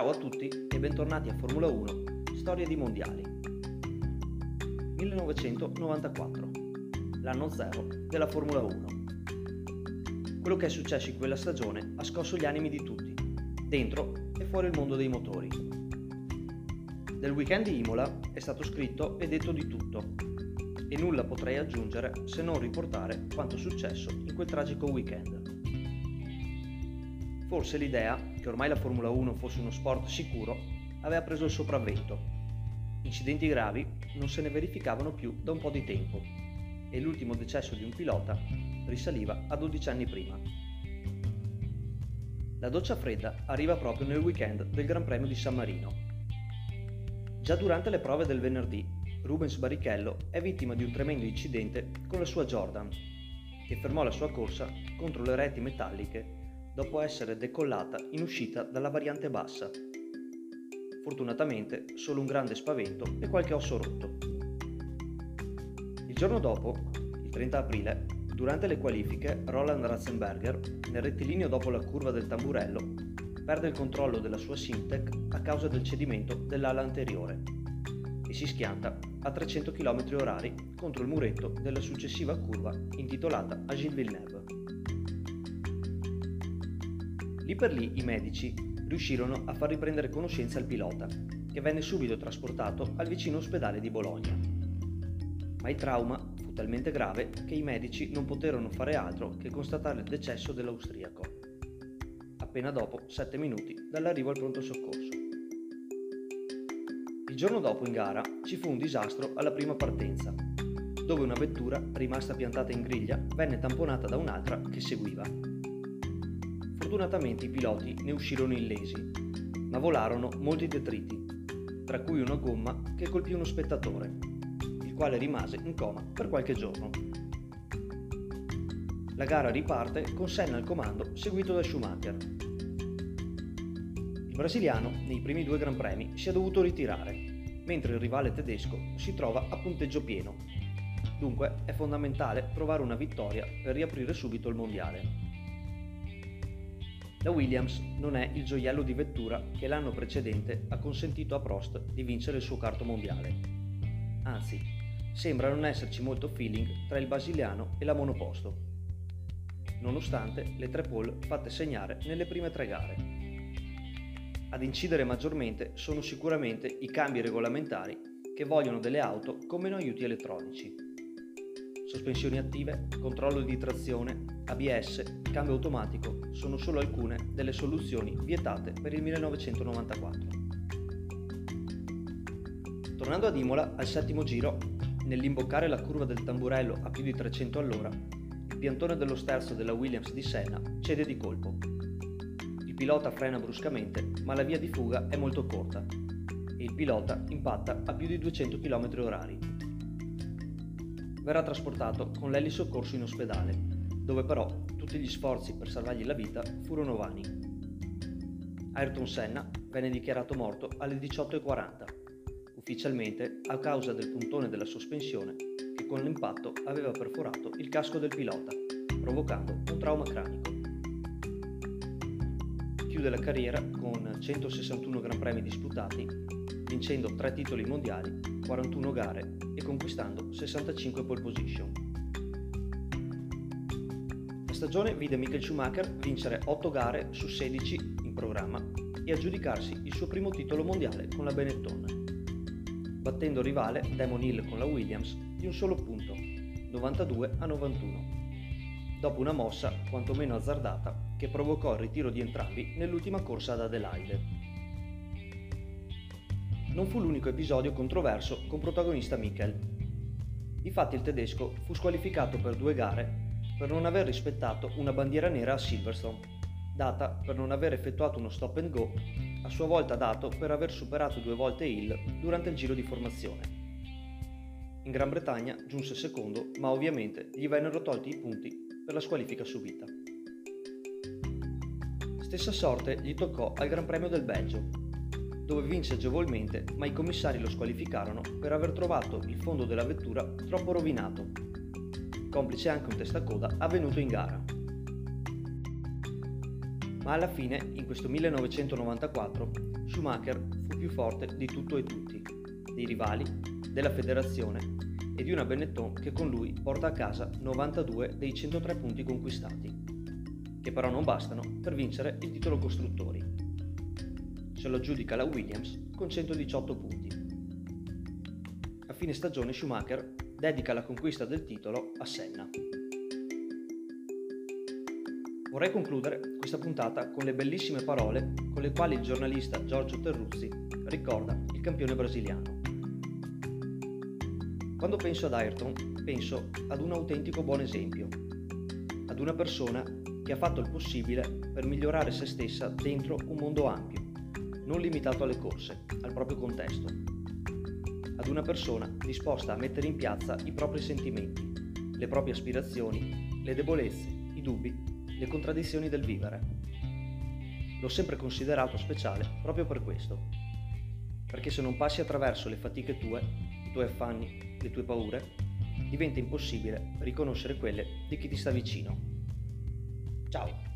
Ciao a tutti e bentornati a Formula 1, Storie di Mondiali. 1994, l'anno zero della Formula 1. Quello che è successo in quella stagione ha scosso gli animi di tutti, dentro e fuori il mondo dei motori. Del weekend di Imola è stato scritto e detto di tutto, e nulla potrei aggiungere se non riportare quanto successo in quel tragico weekend. Forse l'idea che ormai la Formula 1 fosse uno sport sicuro aveva preso il sopravvento. Incidenti gravi non se ne verificavano più da un po' di tempo e l'ultimo decesso di un pilota risaliva a 12 anni prima. La doccia fredda arriva proprio nel weekend del Gran Premio di San Marino. Già durante le prove del venerdì, Rubens Barrichello è vittima di un tremendo incidente con la sua Jordan, che fermò la sua corsa contro le reti metalliche dopo essere decollata in uscita dalla variante bassa. Fortunatamente solo un grande spavento e qualche osso rotto. Il giorno dopo, il 30 aprile, durante le qualifiche, Roland Ratzenberger, nel rettilineo dopo la curva del Tamburello, perde il controllo della sua Simtek a causa del cedimento dell'ala anteriore e si schianta a 300 km/h contro il muretto della successiva curva intitolata a Gilles Villeneuve. Lì per lì i medici riuscirono a far riprendere conoscenza al pilota, che venne subito trasportato al vicino ospedale di Bologna. Ma il trauma fu talmente grave che i medici non poterono fare altro che constatare il decesso dell'austriaco, appena dopo 7 minuti dall'arrivo al pronto soccorso. Il giorno dopo in gara ci fu un disastro alla prima partenza, dove una vettura rimasta piantata in griglia venne tamponata da un'altra che seguiva. Fortunatamente i piloti ne uscirono illesi, ma volarono molti detriti, tra cui una gomma che colpì uno spettatore, il quale rimase in coma per qualche giorno. La gara riparte con Senna al comando, seguito da Schumacher. Il brasiliano, nei primi 2 Gran Premi, si è dovuto ritirare, mentre il rivale tedesco si trova a punteggio pieno. Dunque è fondamentale trovare una vittoria per riaprire subito il mondiale. La Williams non è il gioiello di vettura che l'anno precedente ha consentito a Prost di vincere il suo 4º mondiale. Anzi, sembra non esserci molto feeling tra il brasiliano e la monoposto, nonostante le 3 pole fatte segnare nelle prime 3 gare. Ad incidere maggiormente sono sicuramente i cambi regolamentari che vogliono delle auto con meno aiuti elettronici. Sospensioni attive, controllo di trazione, ABS, cambio automatico sono solo alcune delle soluzioni vietate per il 1994. Tornando ad Imola, al 7º giro, nell'imboccare la curva del Tamburello a più di 300 all'ora, il piantone dello sterzo della Williams di Senna cede di colpo. Il pilota frena bruscamente, ma la via di fuga è molto corta e il pilota impatta a più di 200 km/h. Verrà trasportato con l'eli soccorso in ospedale, dove però tutti gli sforzi per salvargli la vita furono vani. Ayrton Senna venne dichiarato morto alle 18:40, ufficialmente a causa del puntone della sospensione che con l'impatto aveva perforato il casco del pilota, provocando un trauma cranico. Chiude la carriera con 161 Gran Premi disputati, vincendo 3 titoli mondiali, 41 gare e conquistando 65 pole position. La stagione vide Michael Schumacher vincere 8 gare su 16 in programma e aggiudicarsi il suo primo titolo mondiale con la Benetton, battendo il rivale Damon Hill con la Williams di un solo punto, 92-91, dopo una mossa quantomeno azzardata che provocò il ritiro di entrambi nell'ultima corsa ad Adelaide. Non fu l'unico episodio controverso con protagonista Michael. Difatti il tedesco fu squalificato per 2 gare per non aver rispettato una bandiera nera a Silverstone, data per non aver effettuato uno stop and go, a sua volta dato per aver superato 2 volte Hill durante il giro di formazione. In Gran Bretagna giunse secondo, ma ovviamente gli vennero tolti i punti per la squalifica subita. Stessa sorte gli toccò al Gran Premio del Belgio, dove vinse agevolmente, ma i commissari lo squalificarono per aver trovato il fondo della vettura troppo rovinato, complice anche un testacoda avvenuto in gara. Ma alla fine, in questo 1994, Schumacher fu più forte di tutto e tutti, dei rivali, della federazione e di una Benetton che con lui porta a casa 92 dei 103 punti conquistati, che però non bastano per vincere il titolo costruttori. Se lo aggiudica la Williams con 118 punti. A fine stagione Schumacher dedica la conquista del titolo a Senna. Vorrei concludere questa puntata con le bellissime parole con le quali il giornalista Giorgio Terruzzi ricorda il campione brasiliano. Quando penso ad Ayrton, penso ad un autentico buon esempio, ad una persona che ha fatto il possibile per migliorare se stessa dentro un mondo ampio, non limitato alle corse, al proprio contesto, ad una persona disposta a mettere in piazza i propri sentimenti, le proprie aspirazioni, le debolezze, i dubbi, le contraddizioni del vivere. L'ho sempre considerato speciale proprio per questo, perché se non passi attraverso le fatiche tue, i tuoi affanni, le tue paure, diventa impossibile riconoscere quelle di chi ti sta vicino. Ciao!